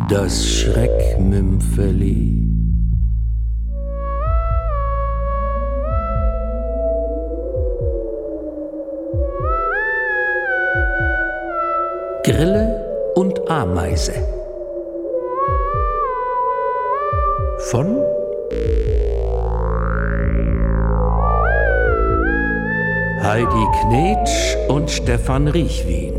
Das Schreckmümpfeli. Grille und Ameise von Heidi Knetsch und Stefan Riechwin.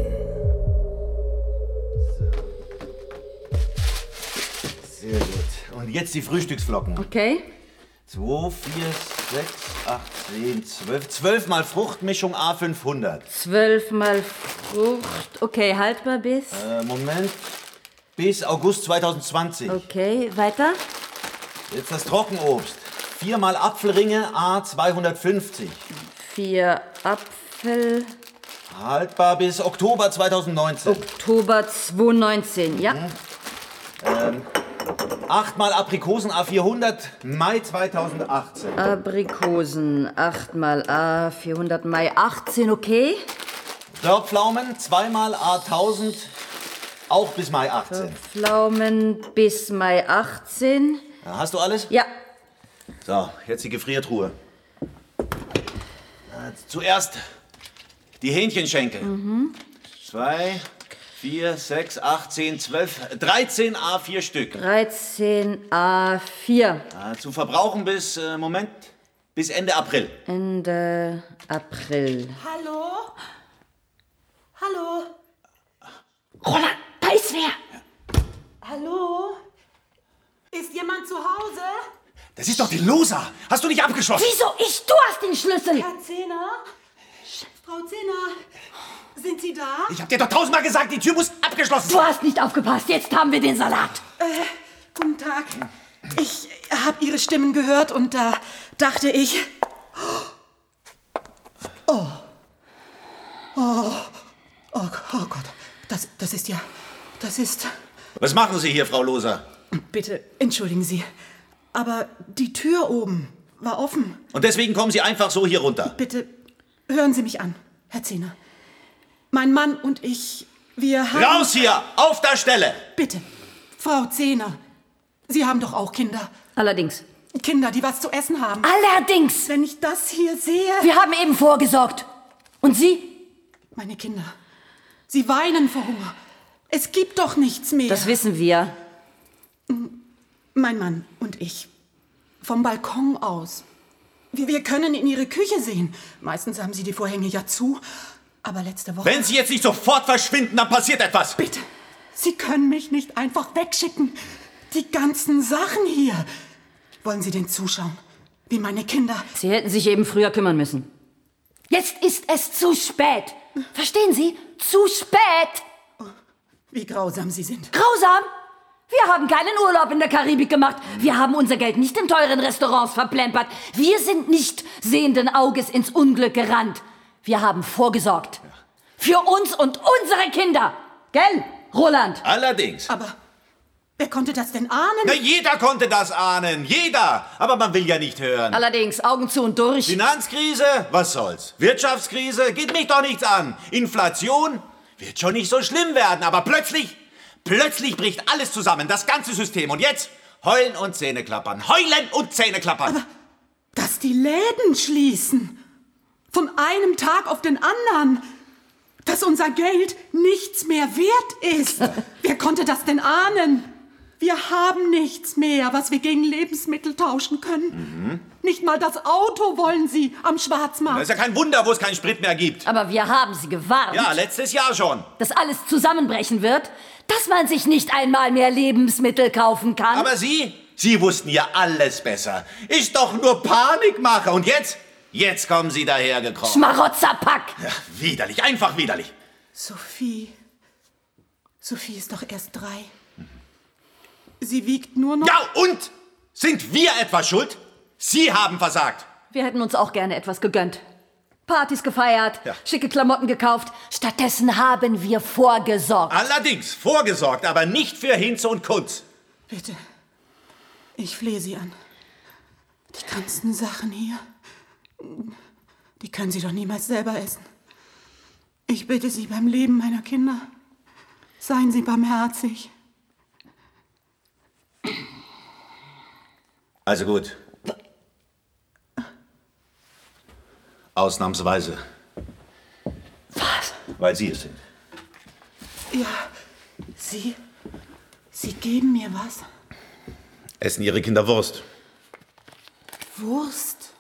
Sehr gut. Und jetzt die Frühstücksflocken. Okay. 2, 4, 6, 8, 10, 12. 12 mal Fruchtmischung A500. 12 mal Frucht. Okay, haltbar bis? Moment. Bis August 2020. Okay, weiter? Jetzt das Trockenobst. 4 mal Apfelringe A250. 4 Apfel. Haltbar bis Oktober 2019. Oktober 2019, ja. 8 mal Aprikosen A400, Mai 2018. Aprikosen, 8 mal A400, Mai 18, okay. Dörrpflaumen, 2 mal A1000, auch bis Mai 18. Pflaumen bis Mai 18. Ja, hast du alles? Ja. So, jetzt die Gefriertruhe. Zuerst die Hähnchenschenkel. 2, 4, 6, 8, 10, 12, 13 A4 Stück. 13 A4. Ja, zu verbrauchen bis, bis Ende April. Ende April. Hallo? Hallo? Roland, da ist wer. Hallo? Ist jemand zu Hause? Das ist doch die Losa. Hast du nicht abgeschlossen? Wieso ich? Du hast den Schlüssel. Herr Zehner? Frau Zehner, sind Sie da? Ich hab dir doch 1000-mal gesagt, die Tür muss abgeschlossen Du sein. hast nicht aufgepasst. Jetzt haben wir den Salat. Guten Tag. Ich habe Ihre Stimmen gehört und da dachte ich... Oh Gott, das ist ja... Das ist... Was machen Sie hier, Frau Losa? Bitte, entschuldigen Sie, aber die Tür oben war offen. Und deswegen kommen Sie einfach so hier runter. Bitte, hören Sie mich an, Herr Zehner. Mein Mann und ich, wir haben... Raus hier! Auf der Stelle! Bitte, Frau Zehner, Sie haben doch auch Kinder. Allerdings. Kinder, die was zu essen haben. Allerdings. Wenn ich das hier sehe... Wir haben eben vorgesorgt. Und Sie? Meine Kinder, sie weinen vor Hunger. Es gibt doch nichts mehr. Das wissen wir. Mein Mann und ich. Vom Balkon aus. Wir können in Ihre Küche sehen. Meistens haben Sie die Vorhänge ja zu. Aber letzte Woche... Wenn Sie jetzt nicht sofort verschwinden, dann passiert etwas. Bitte, Sie können mich nicht einfach wegschicken. Die ganzen Sachen hier. Wollen Sie denn zuschauen? Wie meine Kinder... Sie hätten sich eben früher kümmern müssen. Jetzt ist es zu spät. Verstehen Sie? Zu spät. Wie grausam Sie sind. Grausam? Wir haben keinen Urlaub in der Karibik gemacht. Wir haben unser Geld nicht in teuren Restaurants verplempert. Wir sind nicht sehenden Auges ins Unglück gerannt. Wir haben vorgesorgt. Für uns und unsere Kinder. Gell, Roland? Allerdings. Aber wer konnte das denn ahnen? Na, jeder konnte das ahnen. Jeder. Aber man will ja nicht hören. Allerdings, Augen zu und durch. Finanzkrise? Was soll's? Wirtschaftskrise? Geht mich doch nichts an. Inflation? Wird schon nicht so schlimm werden. Aber plötzlich bricht alles zusammen. Das ganze System. Und jetzt heulen und Zähneklappern. Heulen und Zähneklappern. Aber dass die Läden schließen. Von einem Tag auf den anderen. Dass unser Geld nichts mehr wert ist. Wer konnte das denn ahnen? Wir haben nichts mehr, was wir gegen Lebensmittel tauschen können. Nicht mal das Auto wollen Sie am Schwarzmarkt. Das ist ja kein Wunder, wo es keinen Sprit mehr gibt. Aber wir haben Sie gewarnt. Ja, letztes Jahr schon. Dass alles zusammenbrechen wird, dass man sich nicht einmal mehr Lebensmittel kaufen kann. Aber Sie wussten ja alles besser. Ist doch nur Panikmache. Und jetzt kommen Sie dahergekrochen. Schmarotzerpack. Ja, widerlich, einfach widerlich. Sophie ist doch erst 3. Sie wiegt nur noch... Ja, und? Sind wir etwa schuld? Sie haben versagt. Wir hätten uns auch gerne etwas gegönnt. Partys gefeiert, Ja. schicke Klamotten gekauft. Stattdessen haben wir vorgesorgt. Allerdings vorgesorgt, aber nicht für Hinze und Kunz. Bitte, ich flehe Sie an. Die ganzen Sachen hier, die können Sie doch niemals selber essen. Ich bitte Sie beim Leben meiner Kinder, seien Sie barmherzig. Also gut. Ausnahmsweise. Was? Weil Sie es sind. Ja, Sie geben mir was? Essen Ihre Kinder Wurst? Wurst?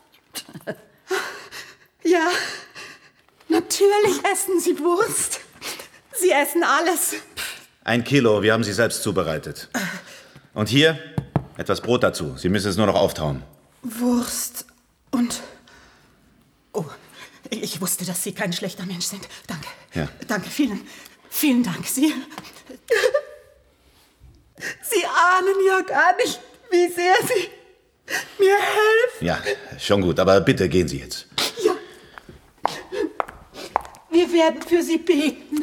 Ja, natürlich essen Sie Wurst. Sie essen alles. 1 Kilo, wir haben sie selbst zubereitet. Und hier etwas Brot dazu. Sie müssen es nur noch auftauen. Wurst und... Oh, ich wusste, dass Sie kein schlechter Mensch sind. Danke. Ja. Danke, vielen Dank. Sie ahnen ja gar nicht, wie sehr Sie mir helfen. Ja, schon gut, aber bitte gehen Sie jetzt. Ja. Wir werden für Sie beten.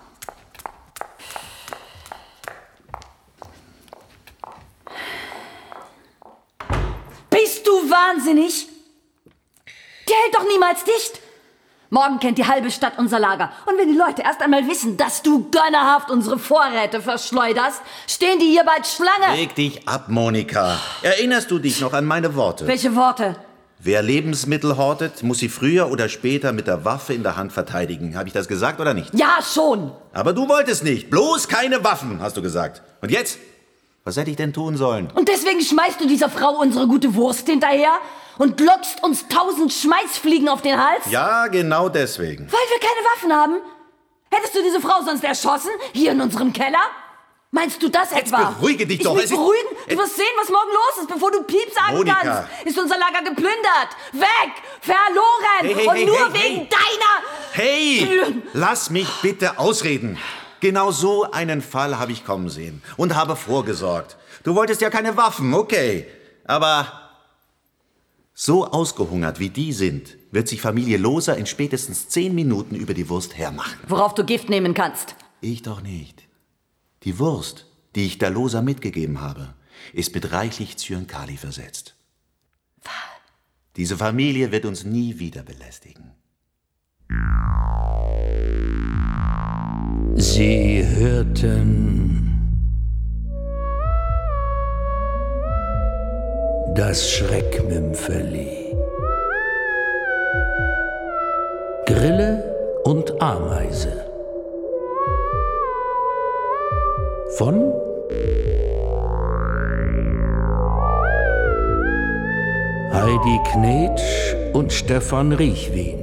Bist du wahnsinnig? Die hält doch niemals dicht. Morgen kennt die halbe Stadt unser Lager. Und wenn die Leute erst einmal wissen, dass du gönnerhaft unsere Vorräte verschleuderst, stehen die hier bald Schlange. Reg dich ab, Monika. Erinnerst du dich noch an meine Worte? Welche Worte? Wer Lebensmittel hortet, muss sie früher oder später mit der Waffe in der Hand verteidigen. Habe ich das gesagt oder nicht? Ja, schon. Aber du wolltest nicht. Bloß keine Waffen, hast du gesagt. Und jetzt? Was hätte ich denn tun sollen? Und deswegen schmeißt du dieser Frau unsere gute Wurst hinterher und lockst uns 1000 Schmeißfliegen auf den Hals? Ja, genau deswegen. Weil wir keine Waffen haben? Hättest du diese Frau sonst erschossen? Hier in unserem Keller? Meinst du das etwa? beruhige dich doch. Ich mich beruhigen? Du wirst sehen, was morgen los ist, bevor du Piep sagen Monika. kannst. Ist unser Lager geplündert, weg, verloren und nur wegen deiner... Hey, lass mich bitte ausreden. Genau so einen Fall habe ich kommen sehen und habe vorgesorgt. Du wolltest ja keine Waffen, okay. Aber so ausgehungert wie die sind, wird sich Familie Loser in spätestens 10 Minuten über die Wurst hermachen. Worauf du Gift nehmen kannst. Ich doch nicht. Die Wurst, die ich der Loser mitgegeben habe, ist mit reichlich Zyankali versetzt. Diese Familie wird uns nie wieder belästigen. Sie hörten das Schreckmümpfeli. Grille und Ameise von Heidi Knetsch und Stefan Riechwin.